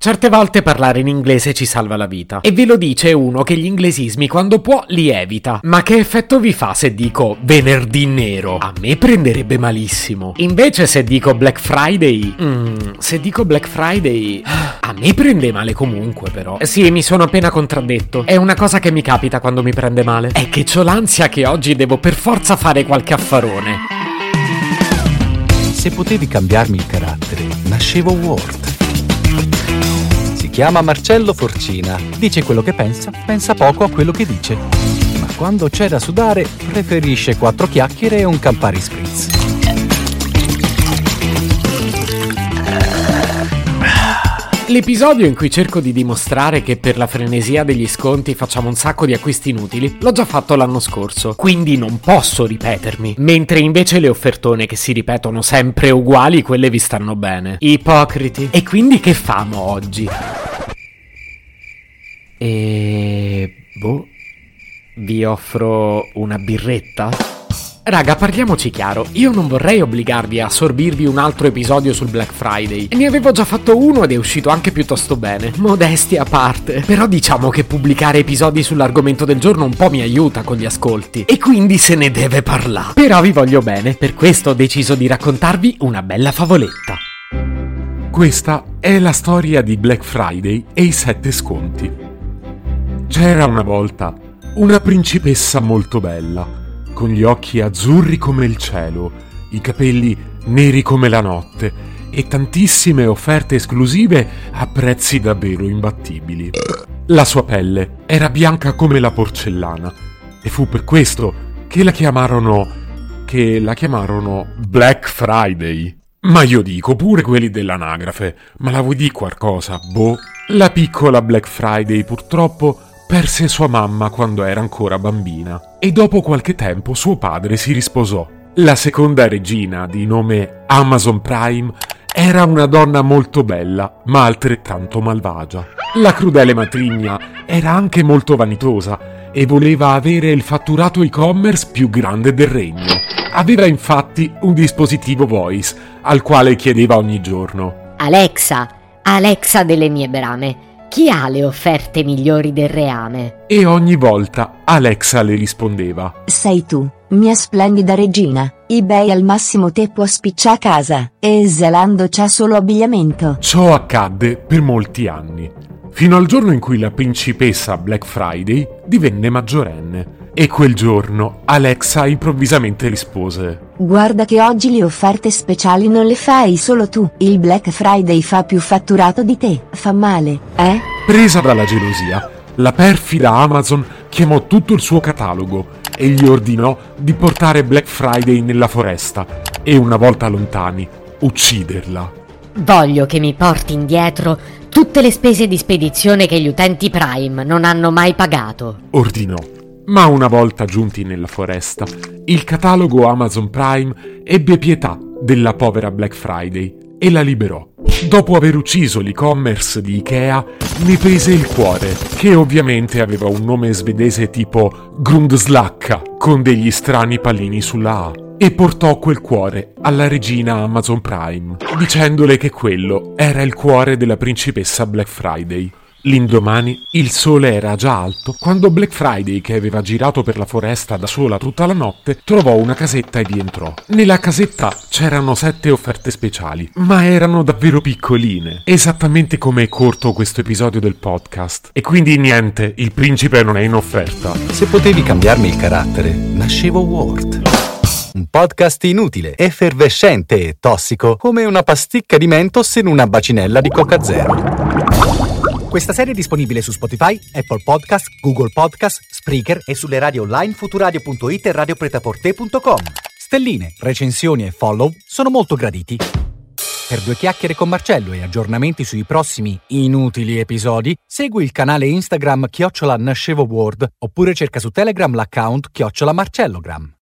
Certe volte parlare in inglese ci salva la vita. E ve lo dice uno che gli inglesismi quando può li evita. Ma che effetto vi fa se dico venerdì nero? A me prenderebbe malissimo. Invece se dico Black Friday... a me prende male comunque però. Sì, mi sono appena contraddetto. È una cosa che mi capita quando mi prende male. È che c'ho l'ansia che oggi devo per forza fare qualche affarone. Se potevi cambiarmi il carattere, nascevo Ward. Si chiama Marcello Forcina, dice quello che pensa poco a quello che dice. Ma quando c'è da sudare, preferisce 4 chiacchiere e un Campari Spritz. L'episodio in cui cerco di dimostrare che per la frenesia degli sconti facciamo un sacco di acquisti inutili l'ho già fatto l'anno scorso, quindi non posso ripetermi. Mentre invece le offertone che si ripetono sempre uguali, quelle vi stanno bene. Ipocriti. E quindi che famo oggi? Vi offro una birretta? Raga, parliamoci chiaro, io non vorrei obbligarvi a sorbirvi un altro episodio sul Black Friday. Ne avevo già fatto uno ed è uscito anche piuttosto bene, modestia a parte. Però diciamo che pubblicare episodi sull'argomento del giorno un po' mi aiuta con gli ascolti, e quindi se ne deve parlare. Però vi voglio bene, per questo ho deciso di raccontarvi una bella favoletta. Questa è la storia di Black Friday e i 7 sconti. C'era una volta una principessa molto bella, con gli occhi azzurri come il cielo, i capelli neri come la notte e tantissime offerte esclusive a prezzi davvero imbattibili. La sua pelle era bianca come la porcellana e fu per questo che la chiamarono Black Friday. Ma io dico, pure quelli dell'anagrafe, ma la vuoi dire qualcosa, boh? La piccola Black Friday purtroppo perse sua mamma quando era ancora bambina e dopo qualche tempo suo padre si risposò. La seconda regina, di nome Amazon Prime, era una donna molto bella ma altrettanto malvagia. La crudele matrigna era anche molto vanitosa e voleva avere il fatturato e-commerce più grande del regno. Aveva infatti un dispositivo voice al quale chiedeva ogni giorno: Alexa delle mie brame, chi ha le offerte migliori del reame? E ogni volta Alexa le rispondeva: sei tu, mia splendida regina. eBay al massimo te può spicciare a casa e Zalando c'ha solo abbigliamento. Ciò accadde per molti anni, fino al giorno in cui la principessa Black Friday divenne maggiorenne. E quel giorno Alexa improvvisamente rispose: guarda che oggi le offerte speciali non le fai solo tu. Il Black Friday fa più fatturato di te. Fa male, eh? Presa dalla gelosia, la perfida Amazon chiamò tutto il suo catalogo e gli ordinò di portare Black Friday nella foresta e, una volta lontani, ucciderla. Voglio che mi porti indietro tutte le spese di spedizione che gli utenti Prime non hanno mai pagato, ordinò. Ma una volta giunti nella foresta, il catalogo Amazon Prime ebbe pietà della povera Black Friday e la liberò. Dopo aver ucciso l'e-commerce di Ikea, ne prese il cuore, che ovviamente aveva un nome svedese tipo Grundslacka, con degli strani pallini sulla A, e portò quel cuore alla regina Amazon Prime, dicendole che quello era il cuore della principessa Black Friday. L'indomani il sole era già alto quando Black Friday, che aveva girato per la foresta da sola tutta la notte, trovò una casetta e vi entrò. Nella casetta c'erano 7 offerte speciali, ma erano davvero piccoline, esattamente come è corto questo episodio del podcast. E quindi niente, il principe non è in offerta. Se potevi cambiarmi il carattere, nascevo Ward. Un podcast inutile, effervescente e tossico, come una pasticca di Mentos in una bacinella di Coca Zero. Questa serie è disponibile su Spotify, Apple Podcast, Google Podcast, Spreaker e sulle radio online futuradio.it e radiopretaporte.com. Stelline, recensioni e follow sono molto graditi. Per 2 chiacchiere con Marcello e aggiornamenti sui prossimi inutili episodi, segui il canale Instagram @NascevoWord oppure cerca su Telegram l'account @MarcelloGram.